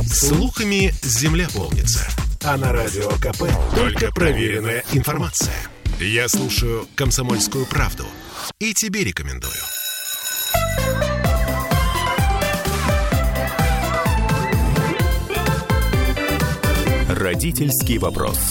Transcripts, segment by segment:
Слухами земля полнится. А на Радио КП только проверенная информация. Я слушаю «Комсомольскую правду» и тебе рекомендую. Родительский вопрос.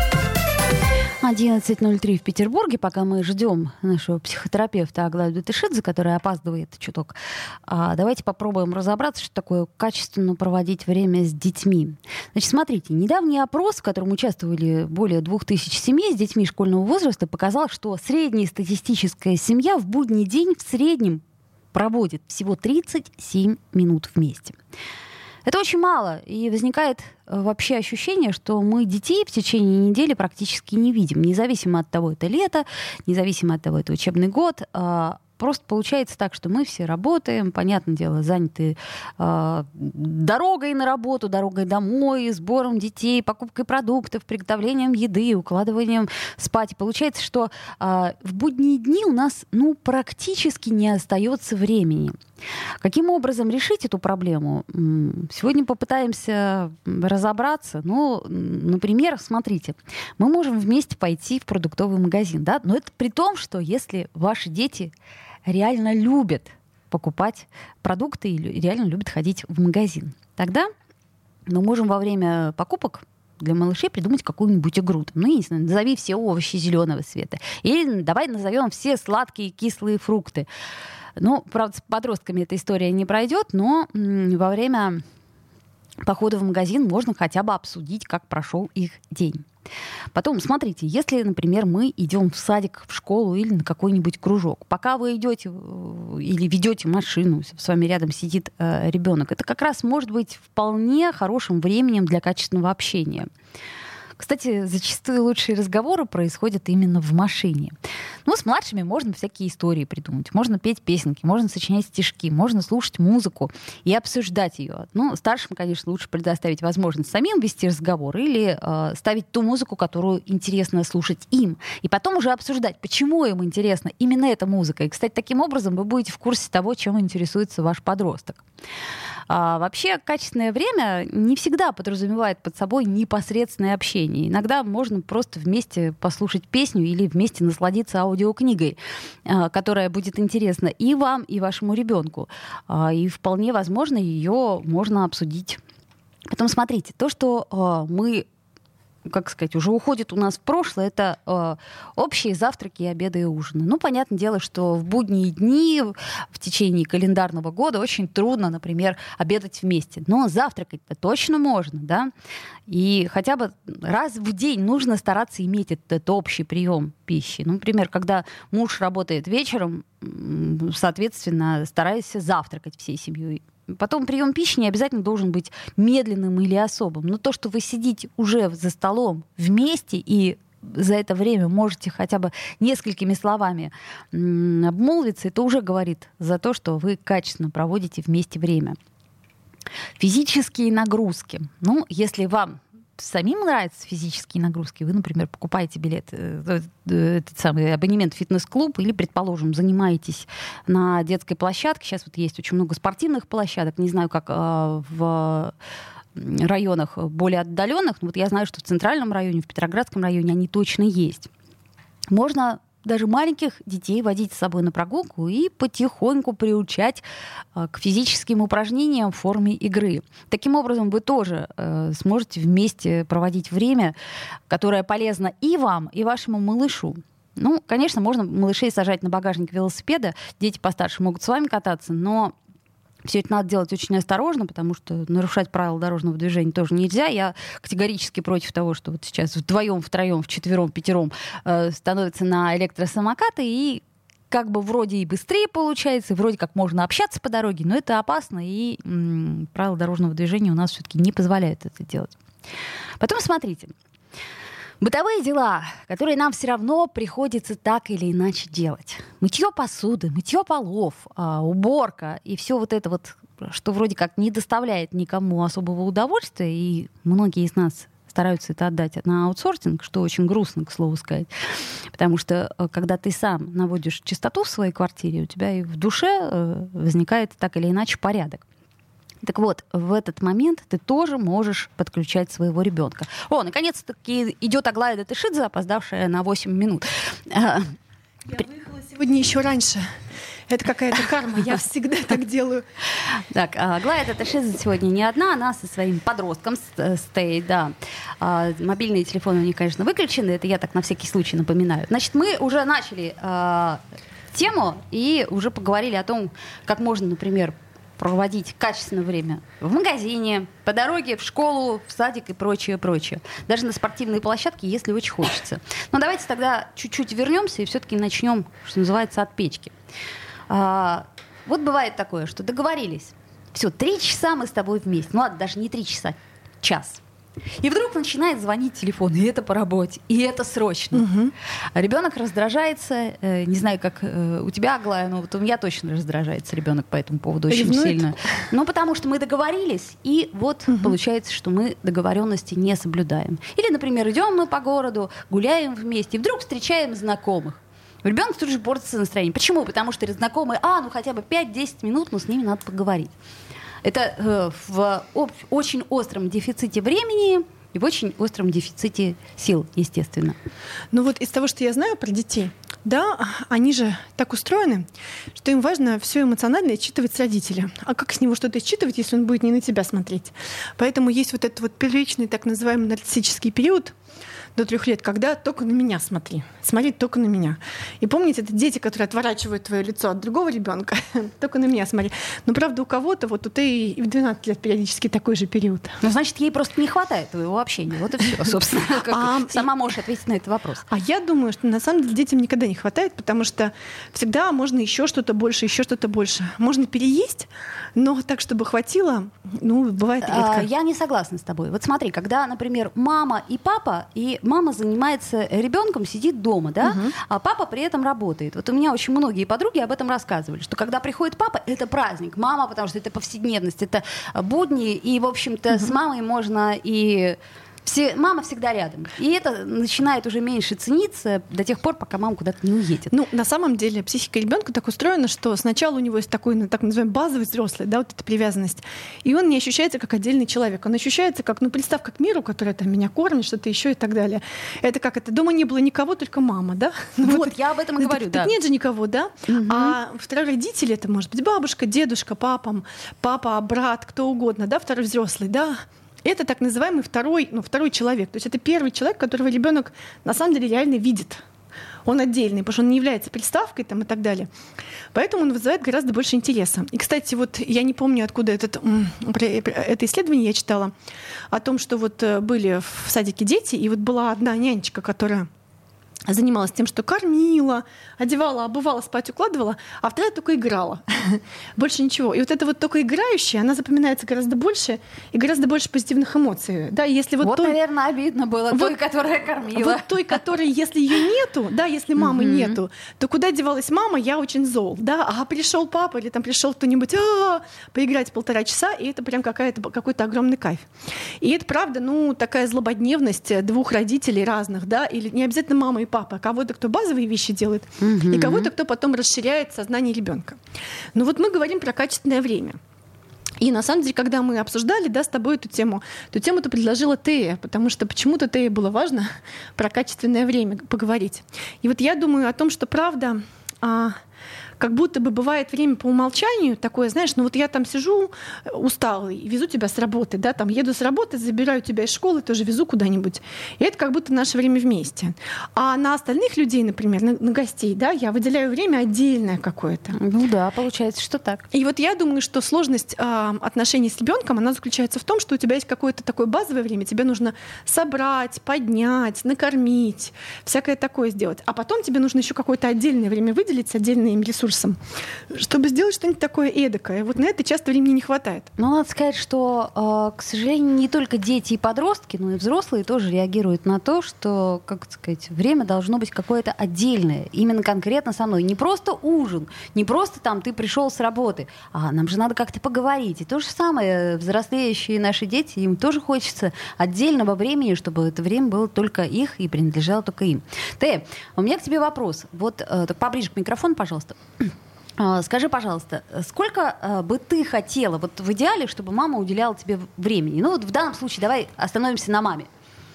11:03 в Петербурге, пока мы ждем нашего психотерапевта Аглаю Датышидзе, которая опаздывает чуток. Давайте попробуем разобраться, что такое качественно проводить время с детьми. Значит, смотрите, недавний опрос, в котором участвовали более 2000 семей с детьми школьного возраста, показал, что среднестатистическая семья в будний день в среднем проводит всего 37 минут вместе. Это очень мало, и возникает вообще ощущение, что мы детей в течение недели практически не видим, независимо от того, это лето, независимо от того, это учебный год. Просто получается так, что мы все работаем, понятное дело, заняты дорогой на работу, дорогой домой, сбором детей, покупкой продуктов, приготовлением еды, укладыванием спать. И получается, что в будние дни у нас практически не остается времени. Каким образом решить эту проблему? Сегодня попытаемся разобраться. Например, смотрите, мы можем вместе пойти в продуктовый магазин, да? Но это при том, что если ваши дети реально любят покупать продукты и реально любят ходить в магазин, тогда мы можем во время покупок для малышей придумать какую-нибудь игру. Я не знаю, назови все овощи зеленого цвета. Или давай назовем все сладкие кислые фрукты. Правда, с подростками эта история не пройдет, но во время похода в магазин можно хотя бы обсудить, как прошел их день. Потом, смотрите, если, например, мы идем в садик, в школу или на какой-нибудь кружок, пока вы идете или ведете машину, с вами рядом сидит ребенок, это как раз может быть вполне хорошим временем для качественного общения. Кстати, зачастую лучшие разговоры происходят именно в машине. С младшими можно всякие истории придумать. Можно петь песенки, можно сочинять стишки, можно слушать музыку и обсуждать ее. Старшим, конечно, лучше предоставить возможность самим вести разговор или ставить ту музыку, которую интересно слушать им. И потом уже обсуждать, почему им интересна именно эта музыка. И, кстати, таким образом вы будете в курсе того, чем интересуется ваш подросток. Вообще, качественное время не всегда подразумевает под собой непосредственное общение. Иногда можно просто вместе послушать песню или вместе насладиться аудиокнигой, которая будет интересна и вам, и вашему ребенку. И вполне возможно, ее можно обсудить. Потом смотрите, то, что мы уже уходит у нас в прошлое, это общие завтраки, обеды и ужины. Понятное дело, что в будние дни, в течение календарного года очень трудно, например, обедать вместе. Но завтракать-то точно можно, да? И хотя бы раз в день нужно стараться иметь этот общий прием пищи. Например, когда муж работает вечером, соответственно, старайся завтракать всей семьей. Потом прием пищи не обязательно должен быть медленным или особым. Но то, что вы сидите уже за столом вместе и за это время можете хотя бы несколькими словами обмолвиться, это уже говорит за то, что вы качественно проводите вместе время. Физические нагрузки. Если вам самим нравятся физические нагрузки, вы, например, покупаете билет, этот самый абонемент в фитнес-клуб или, предположим, занимаетесь на детской площадке. Сейчас есть очень много спортивных площадок. Не знаю, как в районах более отдаленных, но я знаю, что в Центральном районе, в Петроградском районе они точно есть. Можно даже маленьких детей водить с собой на прогулку и потихоньку приучать к физическим упражнениям в форме игры. Таким образом, вы тоже сможете вместе проводить время, которое полезно и вам, и вашему малышу. Конечно, можно малышей сажать на багажник велосипеда, дети постарше могут с вами кататься, но все это надо делать очень осторожно, потому что нарушать правила дорожного движения тоже нельзя. Я категорически против того, что сейчас вдвоем, втроем, вчетвером, пятером становятся на электросамокаты, и вроде и быстрее получается, и вроде как можно общаться по дороге, но это опасно, и правила дорожного движения у нас все-таки не позволяют это делать. Потом смотрите. Бытовые дела, которые нам все равно приходится так или иначе делать. Мытье посуды, мытье полов, уборка и все это, что вроде как не доставляет никому особого удовольствия, и многие из нас стараются это отдать на аутсорсинг, что очень грустно, к слову сказать. Потому что когда ты сам наводишь чистоту в своей квартире, у тебя и в душе возникает так или иначе порядок. Так вот, в этот момент ты тоже можешь подключать своего ребенка. Наконец-таки идет Аглая Датышидзе, опоздавшая на 8 минут. Я выехала сегодня еще раньше. Это какая-то карма, я всегда так делаю. Так, Аглая Датышидзе сегодня не одна, она со своим подростком, с Теей, да. Мобильные телефоны у них, конечно, выключены, это я так на всякий случай напоминаю. Значит, мы уже начали тему и уже поговорили о том, как можно, например, проводить качественное время в магазине, по дороге, в школу, в садик и прочее, прочее. Даже на спортивные площадки, если очень хочется. Но давайте тогда чуть-чуть вернемся и все-таки начнем, что называется, от печки. Вот бывает такое, что договорились. Все, 3 часа мы с тобой вместе. Ну ладно, даже не 3 часа, час. И вдруг начинает звонить телефон, и это по работе, и это срочно. Угу. А ребенок раздражается, не знаю, как у тебя, Аглая, но вот у меня точно раздражается ребенок по этому поводу очень сильно. Ну, потому что мы договорились, и вот получается, что мы договоренности не соблюдаем. Или, например, идем мы по городу, гуляем вместе, и вдруг встречаем знакомых. У ребенка тут же портится настроение. Почему? Потому что знакомые, хотя бы 5-10 минут, но с ними надо поговорить. Это в очень остром дефиците времени и в очень остром дефиците сил, естественно. Ну вот из того, что я знаю про детей, да, они же так устроены, что им важно все эмоционально считывать с родителя. А как с него что-то считывать, если он будет не на тебя смотреть? Поэтому есть вот этот вот первичный так называемый нарциссический период, до 3 лет, когда только на меня смотри. Смотреть только на меня. И помните, это дети, которые отворачивают твое лицо от другого ребенка, только на меня смотри. Но правда у кого-то, вот у Теи и в 12 лет периодически такой же период. Ну, значит, ей просто не хватает твоего общения. Вот и все, собственно. Сама можешь ответить на этот вопрос. А я думаю, что на самом деле детям никогда не хватает, потому что всегда можно еще что-то больше, еще что-то больше. Можно переесть, но так, чтобы хватило, бывает редко. Я не согласна с тобой. Вот смотри, когда, например, мама и папа, и мама занимается ребенком, сидит дома, да, а папа при этом работает. Вот у меня очень многие подруги об этом рассказывали, что когда приходит папа, это праздник. Мама, потому что это повседневность, это будни, и, в общем-то, с мамой можно и... Мама всегда рядом. И это начинает уже меньше цениться до тех пор, пока мама куда-то не уедет. На самом деле психика ребенка так устроена, что сначала у него есть такой, так называемый базовый взрослый, да, вот эта привязанность. И он не ощущается как отдельный человек. Он ощущается как, представь, как миру, которая там меня кормит, что-то еще и так далее. Это как это? Дома не было никого, только мама, да? Вот, я об этом и говорю, да. Нет же никого, да? А второй родитель, это может быть бабушка, дедушка, папа, брат, кто угодно, да, второй взрослый, да? Это так называемый второй человек. То есть это первый человек, которого ребенок на самом деле реально видит. Он отдельный, потому что он не является приставкой там, и так далее. Поэтому он вызывает гораздо больше интереса. И, кстати, вот я не помню, откуда это исследование я читала, о том, что вот были в садике дети, и вот была одна нянечка, которая занималась тем, что кормила, одевала, обувала, спать укладывала, а вторая только играла. Больше ничего. И вот эта вот только играющая, она запоминается гораздо больше и гораздо больше позитивных эмоций. Да, если наверное, обидно было той, которая кормила. Вот той, которой, если ее нету, да, если мамы нету, то куда девалась мама, я очень зол. Да? А пришел папа или там пришел кто-нибудь поиграть 1,5 часа, и это прям какой-то огромный кайф. И это правда, такая злободневность 2 родителей разных, да, или не обязательно мама и папа, кого-то, кто базовые вещи делает, и кого-то, кто потом расширяет сознание ребенка. Но вот мы говорим про качественное время. И на самом деле, когда мы обсуждали, да, с тобой эту тему ты предложила Тея, потому что почему-то Тее было важно про качественное время поговорить. И вот я думаю о том, что правда... как будто бы бывает время по умолчанию такое, знаешь, вот я там сижу усталый, везу тебя с работы, да, там еду с работы, забираю тебя из школы, тоже везу куда-нибудь. И это как будто наше время вместе. А на остальных людей, например, на гостей, да, я выделяю время отдельное какое-то. Ну да, получается, что так. И вот я думаю, что сложность отношений с ребенком, она заключается в том, что у тебя есть какое-то такое базовое время, тебе нужно собрать, поднять, накормить, всякое такое сделать. А потом тебе нужно еще какое-то отдельное время выделить с отдельным ресурсом, чтобы сделать что-нибудь такое эдакое. Вот на это часто времени не хватает. Но надо сказать, что, к сожалению, не только дети и подростки, но и взрослые тоже реагируют на то, что, время должно быть какое-то отдельное, именно конкретно со мной. Не просто ужин, не просто там ты пришел с работы, а нам же надо как-то поговорить. И то же самое, взрослеющие наши дети, им тоже хочется отдельного времени, чтобы это время было только их и принадлежало только им. Тея, у меня к тебе вопрос. Вот так поближе к микрофону, пожалуйста. Скажи, пожалуйста, сколько бы ты хотела, вот в идеале, чтобы мама уделяла тебе времени? Ну вот в данном случае давай остановимся на маме.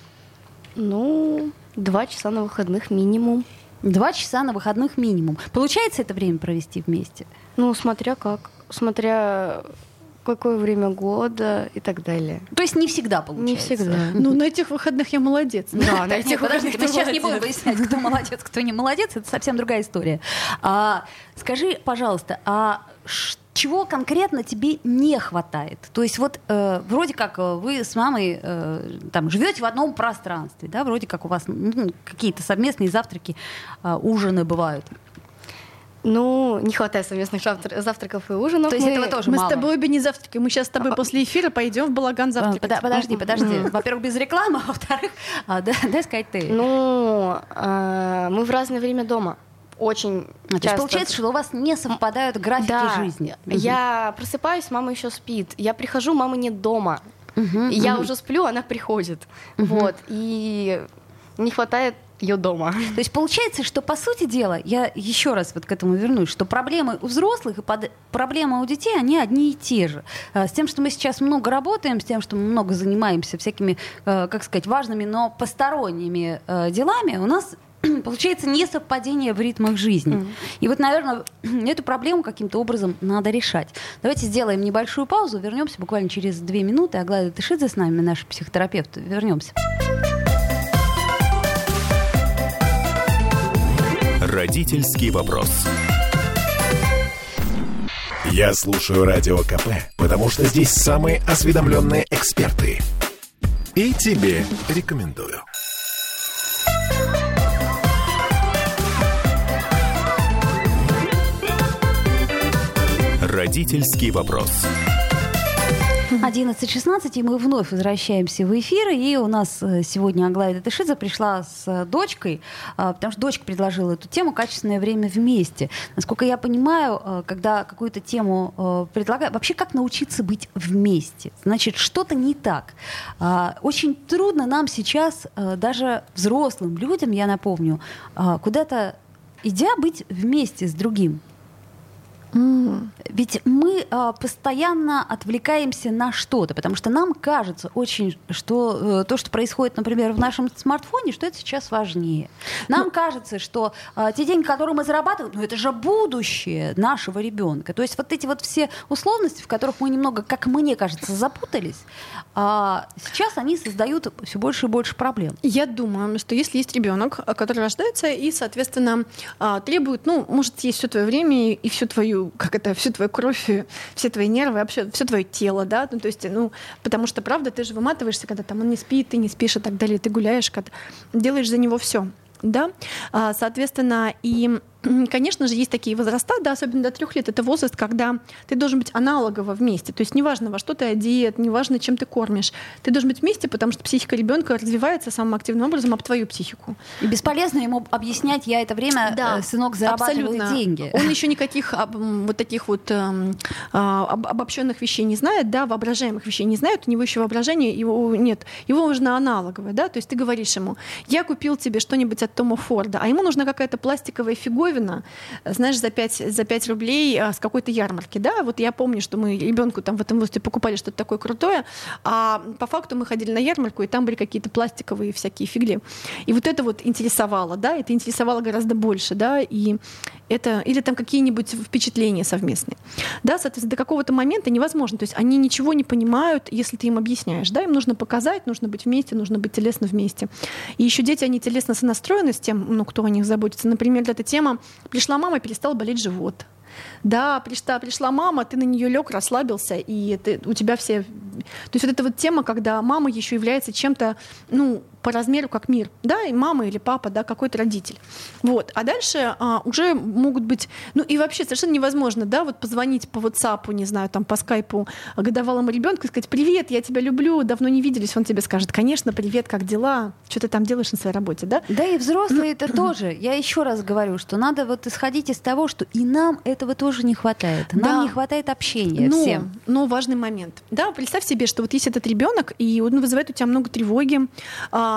2 часа на выходных минимум. 2 часа на выходных минимум. Получается это время провести вместе? Смотря как. Смотря какое время года и так далее. То есть не всегда получается? Не всегда. На этих выходных я молодец. Да, на этих Подожди, выходных мы ты сейчас не будем молодец. выяснять, кто молодец, кто не молодец. Это совсем другая история. Скажи, пожалуйста, чего конкретно тебе не хватает? То есть вот вроде как вы с мамой там живете в одном пространстве, да, вроде как у вас какие-то совместные завтраки, ужины бывают. Не хватает совместных завтраков и ужинов. То есть этого тоже Мы мало. с тобой обе не завтракаем. Мы сейчас с тобой после эфира пойдем в балаган завтракать. Подожди. Во-первых, без рекламы, а во-вторых, дай сказать ты. Мы в разное время дома. Очень То есть часто. получается, что у вас не совпадают графики жизни. Я просыпаюсь, мама еще спит. Я прихожу, мамы нет дома. Я уже сплю, она приходит. Вот. И не хватает ее дома. То есть получается, что, по сути дела, я еще раз вот к этому вернусь, что проблемы у взрослых и проблемы у детей, они одни и те же. С тем, что мы сейчас много работаем, с тем, что мы много занимаемся всякими, как сказать, важными, но посторонними делами, у нас получается несовпадение в ритмах жизни. И вот, наверное, эту проблему каким-то образом надо решать. Давайте сделаем небольшую паузу, вернемся буквально через 2 минуты. Аглая Тышидзе с нами, наш психотерапевт. Вернемся. Родительский вопрос. Я слушаю Радио КП, потому что здесь самые осведомленные эксперты. И тебе рекомендую. Родительский вопрос. 11:16, и мы вновь возвращаемся в эфир. И у нас сегодня Аглая Тышидзе пришла с дочкой, потому что дочка предложила эту тему «Качественное время вместе». Насколько я понимаю, когда какую-то тему предлагают, вообще как научиться быть вместе? Значит, что-то не так. Очень трудно нам сейчас, даже взрослым людям, я напомню, куда-то идя быть вместе с другим. Ведь мы постоянно отвлекаемся на что-то, потому что нам кажется очень, что то, что происходит, например, в нашем смартфоне, что это сейчас важнее. Нам кажется, что те деньги, которые мы зарабатываем, это же будущее нашего ребенка. То есть вот эти вот все условности, в которых мы немного, как мне кажется, запутались, сейчас они создают все больше и больше проблем. Я думаю, что если есть ребенок, который рождается и, соответственно, требует, может съесть все твое время и всю твою всю твою кровь, все твои нервы, вообще все твое тело, да, то есть, потому что, правда, ты же выматываешься, когда там он не спит, ты не спишь и так далее, ты гуляешь, когда делаешь за него все, да, соответственно, и конечно же, есть такие возраста, да, особенно до 3 лет, это возраст, когда ты должен быть аналогово вместе. То есть неважно, во что ты одет, неважно, чем ты кормишь. Ты должен быть вместе, потому что психика ребенка развивается самым активным образом об твою психику. И бесполезно ему объяснять, я это время, сынок, зарабатываю абсолютно. Деньги. Он еще никаких вот таких вот обобщенных вещей не знает, да, воображаемых вещей не знает, у него еще воображения его нет. Его нужно аналоговое, да, то есть ты говоришь ему, я купил тебе что-нибудь от Тома Форда, а ему нужна какая-то пластиковая фиговина, знаешь, за 5 рублей с какой-то ярмарки, да, вот я помню, что мы ребенку там в этом возрасте покупали что-то такое крутое, а по факту мы ходили на ярмарку, и там были какие-то пластиковые всякие фигли. И вот это вот интересовало, да, это интересовало гораздо больше, да, и это, или там какие-нибудь впечатления совместные. Да, соответственно, до какого-то момента невозможно, то есть они ничего не понимают, если ты им объясняешь, да, им нужно показать, нужно быть вместе, нужно быть телесно вместе. И еще дети, они телесно сонастроены с тем, кто о них заботится. Например, эта тема «пришла мама, перестал болеть живот». Да, пришла мама, ты на нее лег, расслабился, и у тебя все... То есть вот эта вот тема, когда мама еще является чем-то, по размеру как мир, да, и мама или папа, да, какой-то родитель. Вот. А дальше уже могут быть... и вообще совершенно невозможно, да, вот позвонить по WhatsApp, не знаю, там, по скайпу годовалому ребенку и сказать: «Привет, я тебя люблю, давно не виделись». Он тебе скажет: «Конечно, привет, как дела? Что ты там делаешь на своей работе?» Да, да, и взрослые это тоже. Я еще раз говорю, что надо вот исходить из того, что и нам этого тоже не хватает. Нам не хватает общения всем. Но важный момент. Да, представь себе, что вот есть этот ребенок, и он вызывает у тебя много тревоги,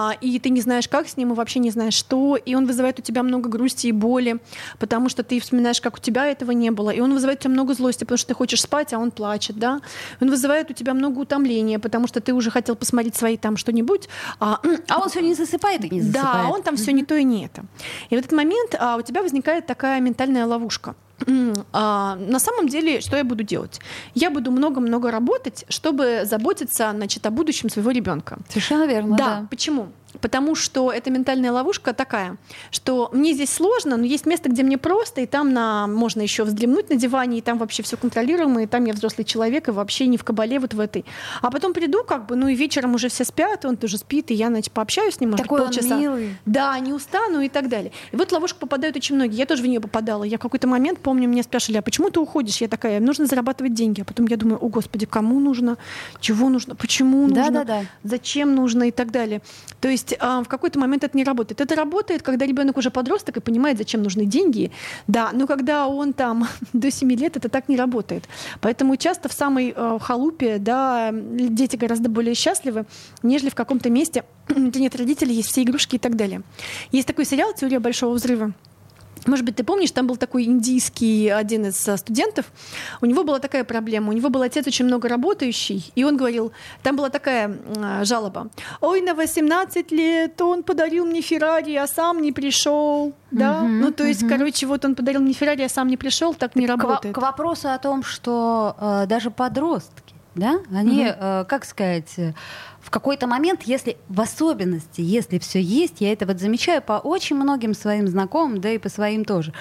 и ты не знаешь, как с ним, и вообще не знаешь, что, и он вызывает у тебя много грусти и боли, потому что ты вспоминаешь, как у тебя этого не было, и он вызывает у тебя много злости, потому что ты хочешь спать, а он плачет, да, он вызывает у тебя много утомления, потому что ты уже хотел посмотреть свои там что-нибудь, а он все не засыпает и не засыпает. Да, он там все не то и не это. И в этот момент у тебя возникает такая ментальная ловушка. На самом деле, что я буду делать? Я буду много-много работать, чтобы заботиться, значит, о будущем своего ребенка. Совершенно верно. Да. Почему? Потому что эта ментальная ловушка такая, что мне здесь сложно, но есть место, где мне просто, и там можно еще вздремнуть на диване, и там вообще все контролируемо, и там я взрослый человек, и вообще не в кабале вот в этой. А потом приду, и вечером уже все спят, он тоже спит, и я, значит, пообщаюсь с ним, может, такой полчаса. Он милый. Да, не устану и так далее. И вот в ловушку попадают очень многие. Я тоже в нее попадала. Я в какой-то момент, помню, меня спрашивали, а почему ты уходишь? Я такая, нужно зарабатывать деньги. А потом я думаю, о, Господи, кому нужно, чего нужно, почему нужно, зачем нужно и так далее. То есть в какой-то момент это не работает. Это работает, когда ребенок уже подросток и понимает, зачем нужны деньги. Да, но когда он там до 7 лет, это так не работает. Поэтому часто в самой халупе, да, дети гораздо более счастливы, нежели в каком-то месте, где нет родителей, есть все игрушки и так далее. Есть такой сериал «Теория большого взрыва». Может быть, ты помнишь, там был такой индийский один из студентов, у него была такая проблема, у него был отец очень много работающий, и он говорил, там была такая жалоба, ой, на 18 лет он подарил мне Феррари, а сам не пришел, да, то есть, короче, вот он подарил мне Феррари, а сам не пришел, так не работает. К вопросу о том, что даже подростки, да, они, как сказать, в какой-то момент, если в особенности, если все есть, я это вот замечаю по очень многим своим знакомым, да и по своим тоже,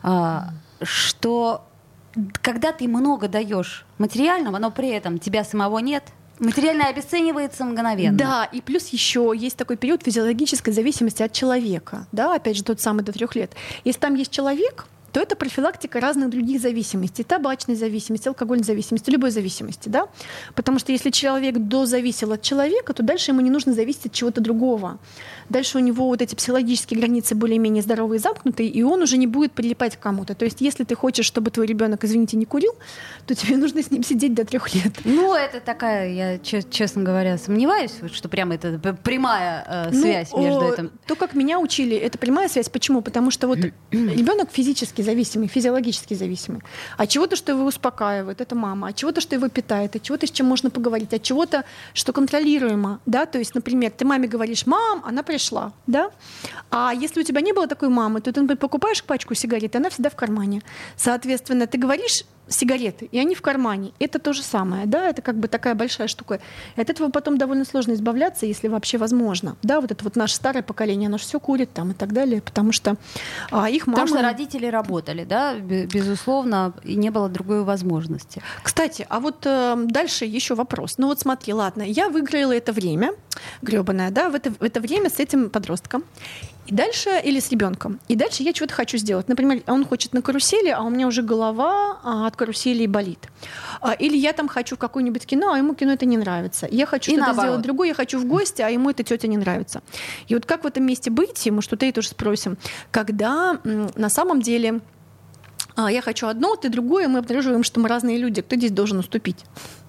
что когда ты много даешь материального, но при этом тебя самого нет, материальное обесценивается мгновенно. Да, и плюс еще есть такой период физиологической зависимости от человека, да, опять же тот самый до 3 лет. Если там есть человек, то это профилактика разных других зависимостей, табачной зависимости, алкогольной зависимости, любой зависимости, да? Потому что если человек дозависел от человека, то дальше ему не нужно зависеть от чего-то другого. Дальше у него вот эти психологические границы более-менее здоровые и замкнутые, и он уже не будет прилипать к кому-то. То есть если ты хочешь, чтобы твой ребенок, извините, не курил, то тебе нужно с ним сидеть до 3 лет. Ну, это такая, я, честно говоря, сомневаюсь, что прямо это прямая связь между этим. То, как меня учили, это прямая связь. Почему? Потому что вот ребенок физически зависимый, физиологически зависимый. От чего-то, что его успокаивает, это мама. От чего-то, что его питает, от чего-то, с чем можно поговорить, от чего-то, что контролируемо. Да? То есть, например, ты маме говоришь, мам, она пришла. Да? А если у тебя не было такой мамы, то ты, например, покупаешь пачку сигарет, и она всегда в кармане. Соответственно, ты говоришь сигареты, и они в кармане. Это то же самое. Да? Это как бы такая большая штука. И от этого потом довольно сложно избавляться, если вообще возможно. Да? Вот это вот наше старое поколение, оно же все курит там, и так далее, потому что их мамы... Потому что родители работали, да, безусловно, и не было другой возможности. Кстати, а вот дальше еще вопрос. Ну вот смотри, ладно, я выиграла это время, грёбаное, да, в это время с этим подростком. И дальше, или с ребенком. И дальше я чего-то хочу сделать. Например, он хочет на карусели, а у меня уже голова от карусели болит. Или я там хочу в какое-нибудь кино, а ему кино это не нравится. Я хочу что-то сделать другое, я хочу в гости, а ему эта тетя не нравится. И вот как в этом месте быть, и мы что-то и тоже спросим, когда на самом деле я хочу одно, ты другое, и мы обнаруживаем, что мы разные люди. Кто здесь должен уступить?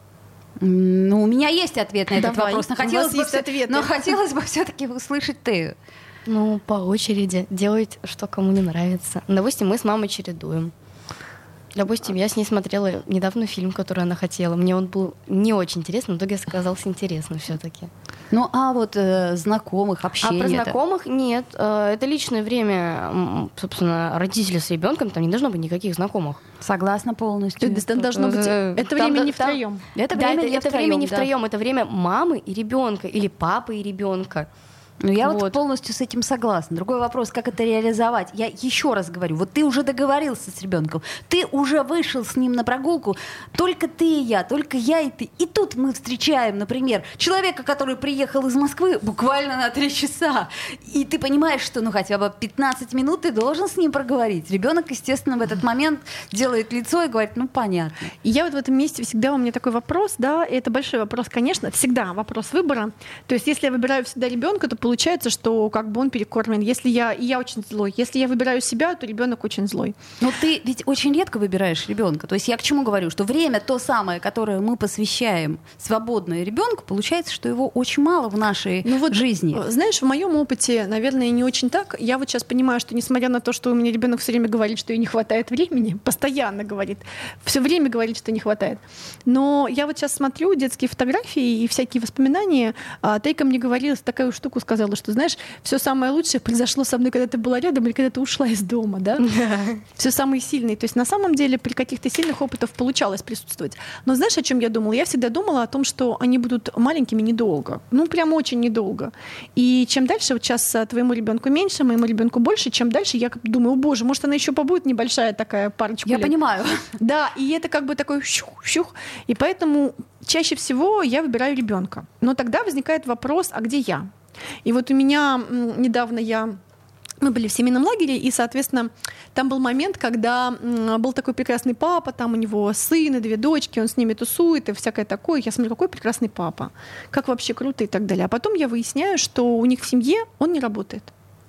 Ну, у меня есть ответ на этот вопрос, но хотелось бы все-таки услышать ты. Ну, по очереди делать, что кому не нравится. Допустим, мы с мамой чередуем. Допустим, я с ней смотрела недавно фильм, который она хотела. Мне он был не очень интересный, но в итоге оказался интересным все-таки. Ну, а вот знакомых, общение? А про знакомых нет. Это личное время, собственно, родителей с ребенком, там не должно быть никаких знакомых. Согласна полностью. Это должно быть. Это время не втроем. Это время не втроем. Это время мамы и ребенка или папы и ребенка. Ну, я вот полностью с этим согласна. Другой вопрос, как это реализовать. Я еще раз говорю, вот ты уже договорился с ребенком, ты уже вышел с ним на прогулку, только ты и я, только я и ты. И тут мы встречаем, например, человека, который приехал из Москвы буквально на 3 часа. И ты понимаешь, что ну хотя бы 15 минут ты должен с ним проговорить. Ребенок, естественно, в этот момент делает лицо и говорит, ну понятно. И я вот в этом месте всегда у меня такой вопрос, да, и это большой вопрос, конечно, всегда вопрос выбора. То есть если я выбираю всегда ребенка, то получается, что как бы он перекормлен. Если я очень злой. Если я выбираю себя, то ребенок очень злой. Но ты ведь очень редко выбираешь ребенка. То есть я к чему говорю? Что время то самое, которое мы посвящаем свободное ребенку, получается, что его очень мало в нашей жизни. Знаешь, в моем опыте, наверное, не очень так. Я вот сейчас понимаю, что несмотря на то, что у меня ребенок все время говорит, что ей не хватает времени, постоянно говорит, все время говорит, что не хватает. Но я вот сейчас смотрю детские фотографии и всякие воспоминания. Тейка мне говорила, такую штуку сказала, что, знаешь, все самое лучшее произошло со мной, когда ты была рядом или когда ты ушла из дома, да? Все самые сильные. То есть на самом деле при каких-то сильных опытах получалось присутствовать. Но знаешь, о чем я думала? Я всегда думала о том, что они будут маленькими недолго. Ну, прям очень недолго. И чем дальше, вот сейчас твоему ребенку меньше, моему ребенку больше, чем дальше, я думаю, о боже, может, она еще побудет небольшая такая парочка лет. Я понимаю. Да, и это как бы такой щух. И поэтому чаще всего я выбираю ребенка. Но тогда возникает вопрос, а где я? И вот у меня недавно мы были в семейном лагере, и, соответственно, там был момент, когда был такой прекрасный папа, там у него сын и 2 дочки, он с ними тусует и всякое такое. Я смотрю, какой прекрасный папа, как вообще круто и так далее. А потом я выясняю, что у них в семье он не работает.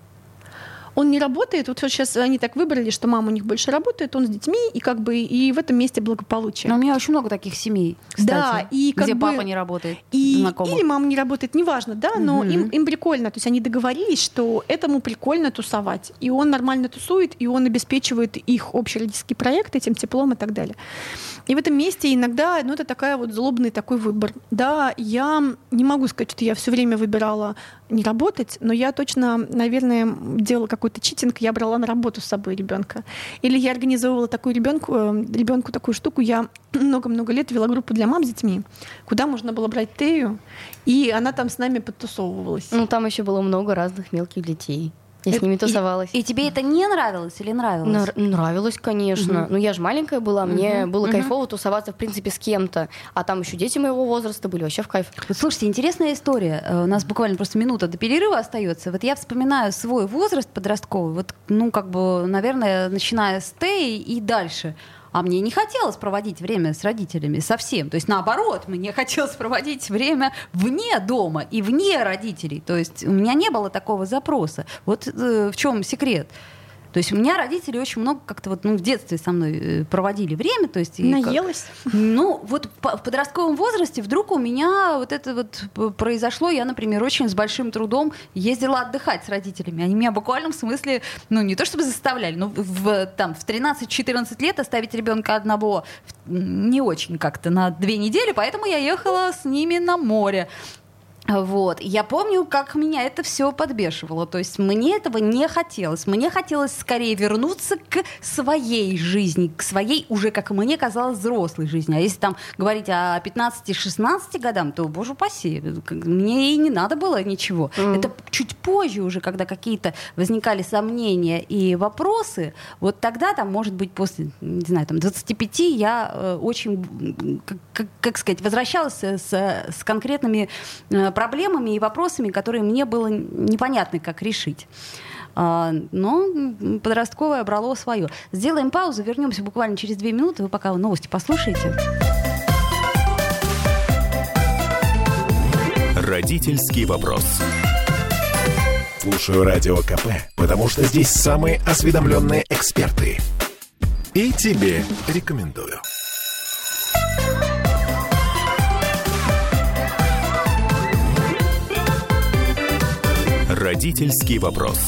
Он не работает, вот сейчас они так выбрали, что мама у них больше работает, он с детьми, и как бы и в этом месте благополучие. Но у меня очень много таких семей, кстати, да, и как где бы, папа не работает, или мама не работает, неважно, да, но им прикольно, то есть они договорились, что этому прикольно тусовать, и он нормально тусует, и он обеспечивает их общеродительский проект этим теплом и так далее. И в этом месте иногда, это такая вот злобный такой выбор. Да, я не могу сказать, что я все время выбирала не работать, но я точно, наверное, делала какой-то читинг, я брала на работу с собой ребенка. Или я организовывала такую ребенку такую штуку. Я много-много лет вела группу для мам с детьми, куда можно было брать Тею, и она там с нами подтусовывалась. Там еще было много разных мелких детей. Я с ними тусовалась. И тебе это не нравилось или нравилось? Нравилось, конечно. Но я же маленькая была, мне было кайфово тусоваться, в принципе, с кем-то. А там еще дети моего возраста были, вообще в кайф. Вот, слушайте, интересная история. У нас буквально просто минута до перерыва остается. Вот я вспоминаю свой возраст подростковый, наверное, начиная с Теи и дальше. А мне не хотелось проводить время с родителями совсем. То есть, наоборот, мне хотелось проводить время вне дома и вне родителей. То есть у меня не было такого запроса. Вот в чем секрет. То есть у меня родители очень много как-то в детстве со мной проводили время. То есть, наелась? В подростковом возрасте вдруг у меня вот это произошло. Я, например, очень с большим трудом ездила отдыхать с родителями. Они меня в буквальном смысле, не то чтобы заставляли, но в 13-14 лет оставить ребенка одного не очень как-то на 2 недели, поэтому я ехала с ними на море. Я помню, как меня это все подбешивало. То есть мне этого не хотелось. Мне хотелось скорее вернуться к своей жизни, к своей уже, как мне казалось, взрослой жизни. А если там говорить о 15-16 годам, то, боже упаси, мне и не надо было ничего. Это чуть позже уже, когда какие-то возникали сомнения и вопросы, вот тогда, может быть, после, 25 я очень, возвращалась с конкретными проблемами и вопросами, которые мне было непонятно, как решить. Но подростковое брало свое. Сделаем паузу, вернемся буквально через 2 минуты. Вы пока новости послушаете. Родительский вопрос. Слушаю Радио КП, потому что здесь самые осведомленные эксперты. И тебе рекомендую. Родительский вопрос.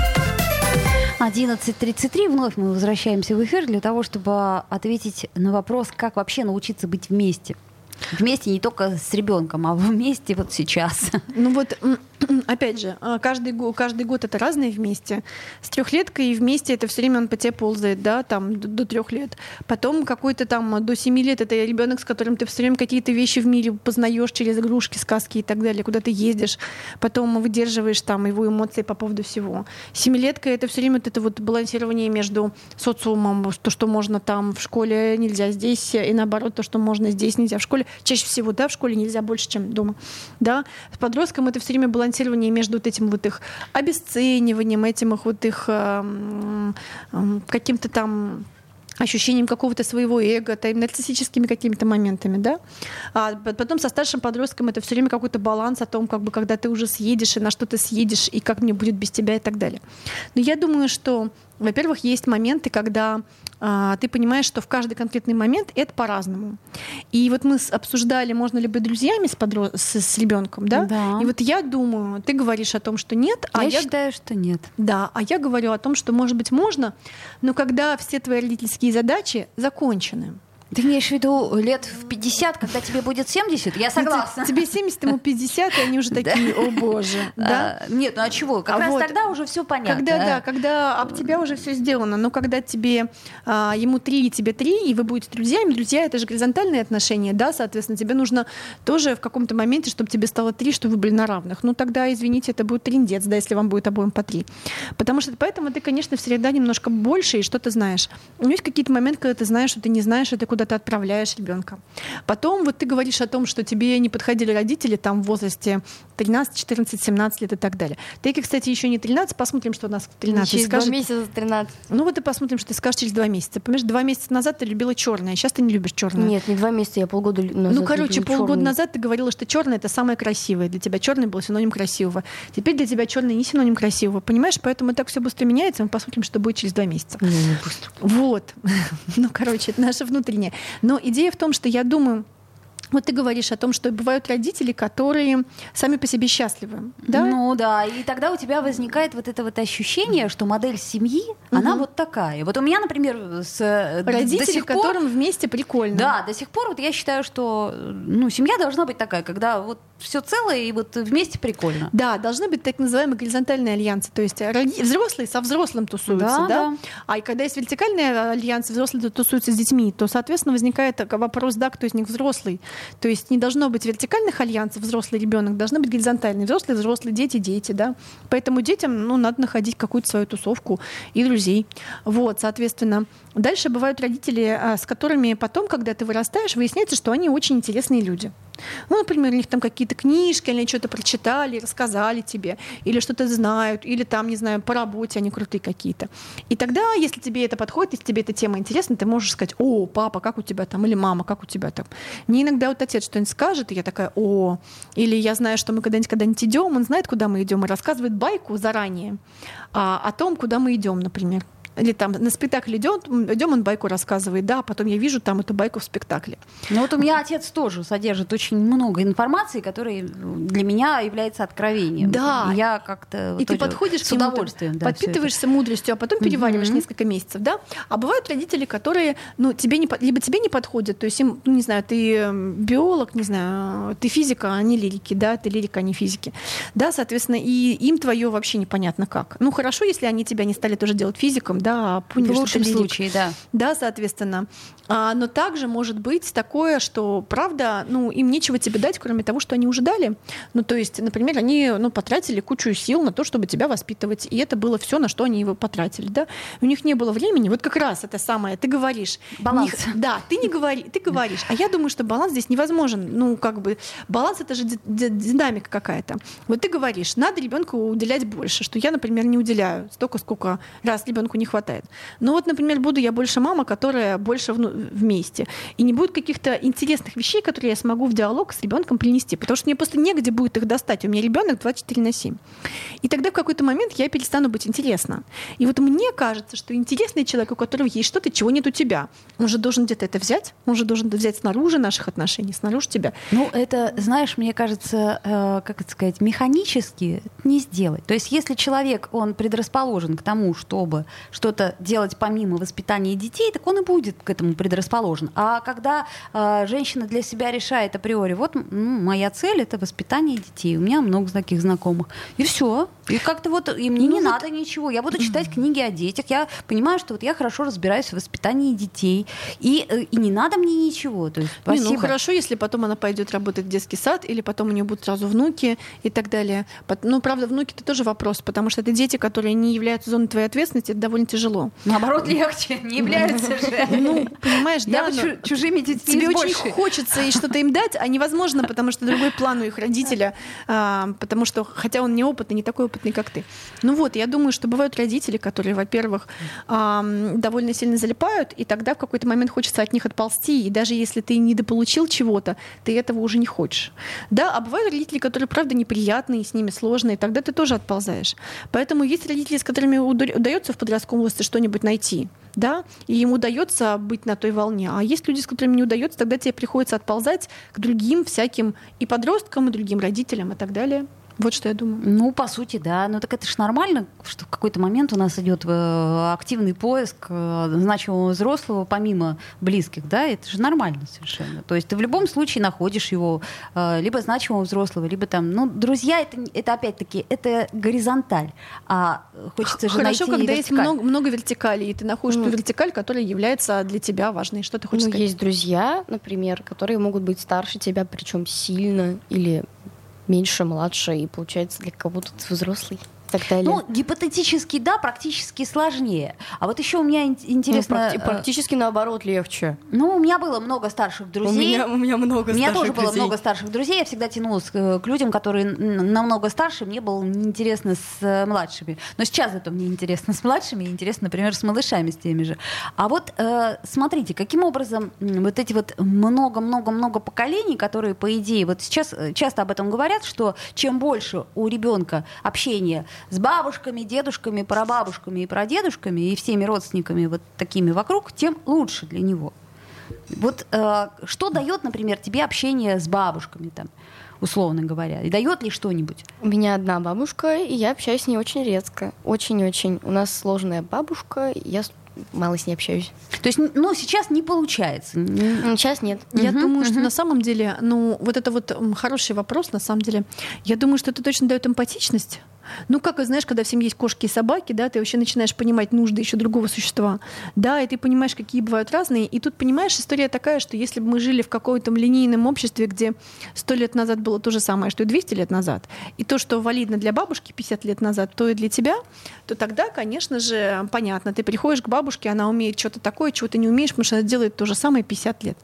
11:33. Вновь мы возвращаемся в эфир для того, чтобы ответить на вопрос, как вообще научиться быть вместе. Вместе не только с ребенком, а вместе вот сейчас. Опять же, каждый год это разное вместе. С 3-леткой вместе это все время он по тебе ползает, да, там до 3 лет. Потом какой-то там до 7 лет это ребенок, с которым ты все время какие-то вещи в мире познаешь через игрушки, сказки и так далее, куда ты ездишь. Потом выдерживаешь там его эмоции по поводу всего. 7-летка это все время это балансирование между социумом, то, что можно там в школе, нельзя здесь, и наоборот, то, что можно здесь, нельзя в школе. Чаще всего, да, в школе нельзя больше, чем дома. Да? С подростком это все время балансирование между этим их обесцениванием, этим их каким-то там ощущением какого-то своего эго, нарциссическими какими-то моментами, да. А потом со старшим подростком это все время какой-то баланс о том, как бы, когда ты уже съедешь, и на что ты съедешь, и как мне будет без тебя и так далее. Но я думаю, что, во-первых, есть моменты, когда ты понимаешь, что в каждый конкретный момент это по-разному. И вот мы обсуждали, можно ли быть друзьями с ребенком, да? Да. И вот я думаю, ты говоришь о том, что нет, я считаю, что нет. Да, а я говорю о том, что, может быть, можно, но когда все твои родительские задачи закончены. Ты имеешь в виду лет в 50, когда тебе будет 70? Я согласна. Тебе 70, ему 50, и они уже такие, о боже. Да? Нет, ну а чего? Как раз тогда уже все понятно. Когда об тебя уже все сделано, но когда тебе ему 3, и тебе 3, и вы будете друзьями, друзья — это же горизонтальные отношения, да, соответственно, тебе нужно тоже в каком-то моменте, чтобы тебе стало 3, чтобы вы были на равных. Ну тогда, извините, это будет триндец, да, если вам будет обоим по 3. Потому что поэтому ты, конечно, всегда немножко больше, и что ты знаешь. У меня есть какие-то моменты, когда ты знаешь, что ты не знаешь, это куда ты отправляешь ребенка. Потом вот ты говоришь о том, что тебе не подходили родители там в возрасте 13, 14, 17 лет и так далее. Ты, кстати, еще не 13, посмотрим, что у нас в 13. Через 2 месяца 13. Ну вот и посмотрим, что ты скажешь через 2 месяца. Понимаешь, 2 месяца назад ты любила черное, а сейчас ты не любишь черное. Нет, не 2 месяца, я полгода назад. Ну, короче, полгода чёрный. назад ты говорила, что черное — это самое красивое. Для тебя черный был синоним красивого. Теперь для тебя черный не синоним красивого. Понимаешь, поэтому так все быстро меняется. Мы посмотрим, что будет через 2 месяца. Вот. Ну, короче, это наше внутреннее. Но идея в том, что я думаю, вот ты говоришь о том, что бывают родители, которые сами по себе счастливы, да? Ну да, и тогда у тебя возникает вот это вот ощущение, что модель семьи, она вот такая. Вот у меня, например, родители, которым вместе прикольно. Да, до сих пор вот я считаю, что семья должна быть такая, когда вот все целое и вот вместе прикольно. Да, должны быть так называемые горизонтальные альянсы, то есть взрослые со взрослым тусуются, да? А и когда есть вертикальные альянсы, взрослые тусуются с детьми, то, соответственно, возникает вопрос, да, кто из них взрослый. То есть не должно быть вертикальных альянсов взрослый ребенок, должны быть горизонтальные взрослые, дети, да. Поэтому детям надо находить какую-то свою тусовку и друзей. Вот, соответственно. Дальше бывают родители, с которыми потом, когда ты вырастаешь, выясняется, что они очень интересные люди. Ну, например, у них там какие-то книжки, они что-то прочитали, рассказали тебе, или что-то знают, или там, не знаю, по работе они крутые какие-то. И тогда, если тебе это подходит, если тебе эта тема интересна, ты можешь сказать: о, папа, как у тебя там, или мама, как у тебя там. Мне иногда вот отец что-нибудь скажет, и я такая: о, или я знаю, что мы когда-нибудь идем, он знает, куда мы идем, и рассказывает байку заранее о том, куда мы идем, например. Или там на спектакль идем, он байку рассказывает, да, а потом я вижу там эту байку в спектакле. Ну вот у меня отец тоже содержит очень много информации, которая для меня является откровением. Да. И я как-то и ты подходишь с удовольствием, да, подпитываешься мудростью, а потом перевариваешь несколько месяцев, да. А бывают родители, которые, либо тебе не подходят, то есть им, не знаю, ты биолог, не знаю, ты физика, а не лирики, да, ты лирика, а не физики, да, соответственно, и им твое вообще непонятно как. Ну хорошо, если они тебя не стали тоже делать физиком, да, поняли, в лучшем случае, да. Да, соответственно. Но также может быть такое, что, правда, им нечего тебе дать, кроме того, что они уже дали. Ну, то есть, например, они потратили кучу сил на то, чтобы тебя воспитывать, и это было все, на что они его потратили, да. У них не было времени. Вот как раз это самое, ты говоришь. Баланс. Да, ты говоришь. А я думаю, что баланс здесь невозможен. Баланс — это же динамика какая-то. Вот ты говоришь, надо ребенку уделять больше, что я, например, не уделяю столько, сколько раз ребенку не хватает. Но вот, например, буду я больше мама, которая больше вместе. И не будет каких-то интересных вещей, которые я смогу в диалог с ребенком принести, потому что мне просто негде будет их достать. У меня ребенок 24/7. И тогда в какой-то момент я перестану быть интересна. И вот мне кажется, что интересный человек, у которого есть что-то, чего нет у тебя, он же должен где-то это взять, он же должен это взять снаружи наших отношений, снаружи тебя. Ну, это, знаешь, мне кажется, как это сказать, механически не сделать. То есть если человек, он предрасположен к тому, чтобы что-то делать помимо воспитания детей, так он и будет к этому предрасположен. А когда женщина для себя решает априори, вот моя цель — это воспитание детей, у меня много таких знакомых, и все. И как-то и мне не надо ничего. Я буду читать книги о детях, я понимаю, что я хорошо разбираюсь в воспитании детей, и не надо мне ничего. То есть, спасибо. Хорошо, если потом она пойдет работать в детский сад, или потом у нее будут сразу внуки и так далее. Ну, правда, внуки — это тоже вопрос, потому что это дети, которые не являются зоной твоей ответственности, это довольно тяжело. Наоборот, легче, не являются же. Ну, понимаешь, да, чужими детьми тебе очень больше. хочется и что-то им дать, а невозможно, потому что другой план у их родителя, потому что, хотя он неопытный, не такой опытный, как ты. Ну вот, я думаю, что бывают родители, которые, во-первых, довольно сильно залипают, и тогда в какой-то момент хочется от них отползти, и даже если ты недополучил чего-то, ты этого уже не хочешь. Да, а бывают родители, которые, правда, неприятные, с ними сложно, и тогда ты тоже отползаешь. Поэтому есть родители, с которыми удается в подростковом возрасте что-нибудь найти, да, и им удается быть на той волне. А есть люди, с которыми не удается, тогда тебе приходится отползать к другим всяким и подросткам, и другим родителям, и так далее. Вот что я думаю. Ну, по сути, да. Ну, так это же нормально, что в какой-то момент у нас идет активный поиск значимого взрослого помимо близких, да, это же нормально совершенно. То есть ты в любом случае находишь его либо значимого взрослого, либо там, ну, друзья, это опять-таки, это горизонталь, а хочется же найти Хорошо, когда вертикаль. есть много вертикалей, и ты находишь ту вертикаль, которая является для тебя важной. Что ты хочешь сказать? Есть друзья, например, которые могут быть старше тебя, причем сильно, или меньше, младше, и получается для кого-то ты взрослый. И так далее. Ну, гипотетически, да, практически сложнее. А вот еще у меня интересно... Практически наоборот легче. Ну, у меня было много старших друзей. У меня много старших друзей. У меня тоже было много старших друзей. Я всегда тянулась к людям, которые намного старше. Мне было неинтересно с младшими. Но сейчас это мне интересно с младшими, и интересно, например, с малышами, с теми же. А вот смотрите, каким образом вот эти вот много-много-много поколений, которые, по идее, вот сейчас часто об этом говорят, что чем больше у ребенка общения с бабушками, дедушками, прабабушками и прадедушками и всеми родственниками вот такими вокруг, тем лучше для него. Вот что дает, например, тебе общение с бабушками, там, условно говоря? И дает ли что-нибудь? У меня одна бабушка, и я общаюсь с ней очень редко. Очень-очень. У нас сложная бабушка, и я мало с ней общаюсь. То есть, ну, сейчас не получается? Сейчас нет. Я думаю, что на самом деле, ну, вот это вот хороший вопрос, на самом деле. Я думаю, что это точно дает эмпатичность. Ну, как, знаешь, когда в семье есть кошки и собаки, да, ты вообще начинаешь понимать нужды еще другого существа, да, и ты понимаешь, какие бывают разные. И тут, понимаешь, история такая, что если бы мы жили в каком-то линейном обществе, где 100 лет назад было то же самое, что и 200 лет назад, и то, что валидно для бабушки 50 лет назад, то и для тебя, то тогда, конечно же, понятно, ты приходишь к бабушке, она умеет что-то такое, чего ты не умеешь, потому что она делает то же самое 50 лет.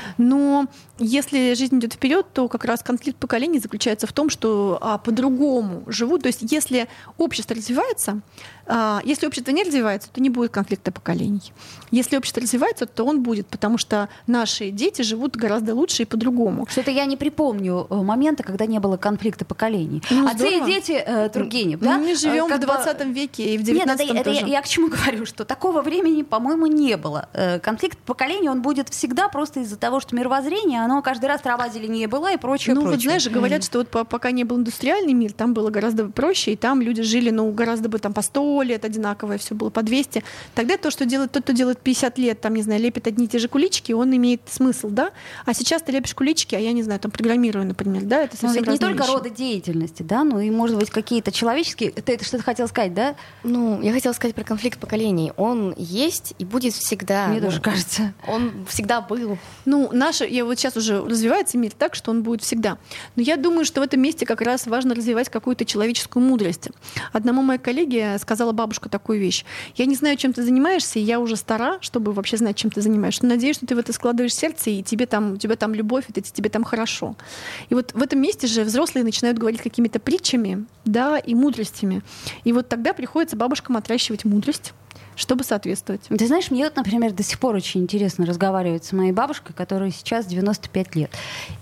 Но если жизнь идет вперед, то как раз конфликт поколений заключается в том, что по-другому живут. То есть если общество развивается, если общество не развивается, то не будет конфликта поколений. Если общество развивается, то он будет, потому что наши дети живут гораздо лучше и по-другому. Что-то я не припомню момента, когда не было конфликта поколений. Ну, а те дети, Тургенев, да? Мы живем в 20 веке и в 19 Нет, это я к чему говорю, что такого времени, по-моему, не было. Конфликт поколений, он будет всегда просто из-за того, что мировоззрение, оно каждый раз трава зеленее была и прочее, Ну, прочее. вот знаешь, говорят, что вот пока не был индустриальный мир, там было гораздо проще, и там люди жили, ну, гораздо бы там по 100 лет одинаковое, все было по 200. Тогда то, что делает тот, кто делает 50 лет, там, не знаю, лепит одни и те же куличики, он имеет смысл, да? А сейчас ты лепишь куличики, а я не знаю, там, программирую, например, да? Это совсем разные не только вещи. роды деятельности, да, но и, может быть, какие-то человеческие... Ты это что-то хотела сказать, да? Ну, я хотела сказать про конфликт поколений. Он есть и будет всегда. Мне тоже кажется. Он всегда был. Ну, я вот сейчас уже развивается мир так, что он будет всегда. Но я думаю, что в этом месте как раз важно развивать какую-то человеческую мудрость. Одному моей коллеге сказала бабушка такую вещь. Я не знаю, чем ты занимаешься, и я уже стара, чтобы вообще знать, чем ты занимаешься. Но надеюсь, что ты в это складываешь сердце, и у тебя там любовь, и тебе там хорошо. И вот в этом месте же взрослые начинают говорить какими-то притчами, да, и мудростями. И вот тогда приходится бабушкам отращивать мудрость, чтобы соответствовать. Ты знаешь, мне вот, например, до сих пор очень интересно разговаривать с моей бабушкой, которой сейчас 95 лет.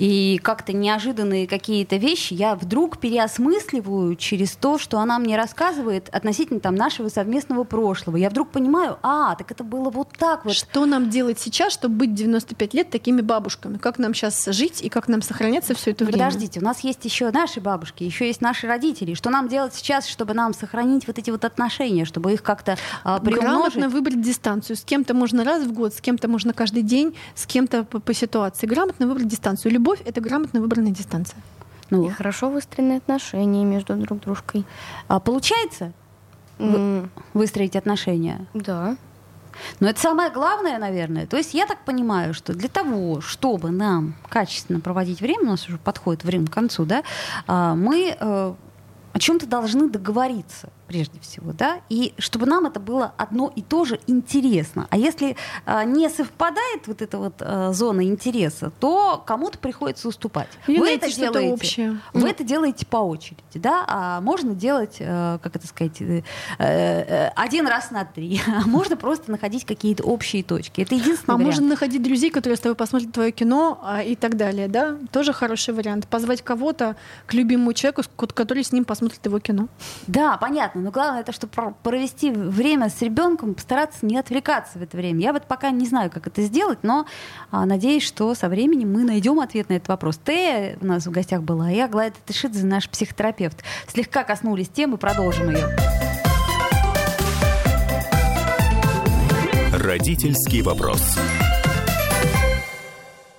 И как-то неожиданные какие-то вещи я вдруг переосмысливаю через то, что она мне рассказывает относительно там нашего совместного прошлого. Я вдруг понимаю, так это было вот так вот. Что нам делать сейчас, чтобы быть 95 лет такими бабушками? Как нам сейчас жить и как нам сохраняться все это время? Подождите, у нас есть еще наши бабушки, еще есть наши родители. Что нам делать сейчас, чтобы нам сохранить вот эти вот отношения, чтобы их как-то грамотно выбрать дистанцию. С кем-то можно раз в год, с кем-то можно каждый день, с кем-то по ситуации. Грамотно выбрать дистанцию. Любовь — это грамотно выбранная дистанция. Ну, и хорошо выстроенные отношения между друг дружкой. Получается выстроить отношения? Да. Но это самое главное, наверное. То есть я так понимаю, что для того, чтобы нам качественно проводить время, у нас уже подходит время к концу, да, мы о чем-то должны договориться. прежде всего, да, и чтобы нам это было одно и то же интересно. А если не совпадает вот эта вот зона интереса, то кому-то приходится уступать. Вы это делаете, общее. Вы это делаете по очереди, да, а можно делать, как это сказать, один раз на 3, а можно просто находить какие-то общие точки. Это единственный вариант. Можно находить друзей, которые с тобой посмотрят твое кино и так далее, да, тоже хороший вариант. Позвать кого-то к любимому человеку, который с ним посмотрит его кино. Да, понятно. Но главное, это чтобы провести время с ребенком, постараться не отвлекаться в это время. Я вот пока не знаю, как это сделать, но надеюсь, что со временем мы найдем ответ на этот вопрос. Ты у нас в гостях была, а я Аглая Татышидзе, наш психотерапевт. Слегка коснулись темы, продолжим ее. Родительский вопрос.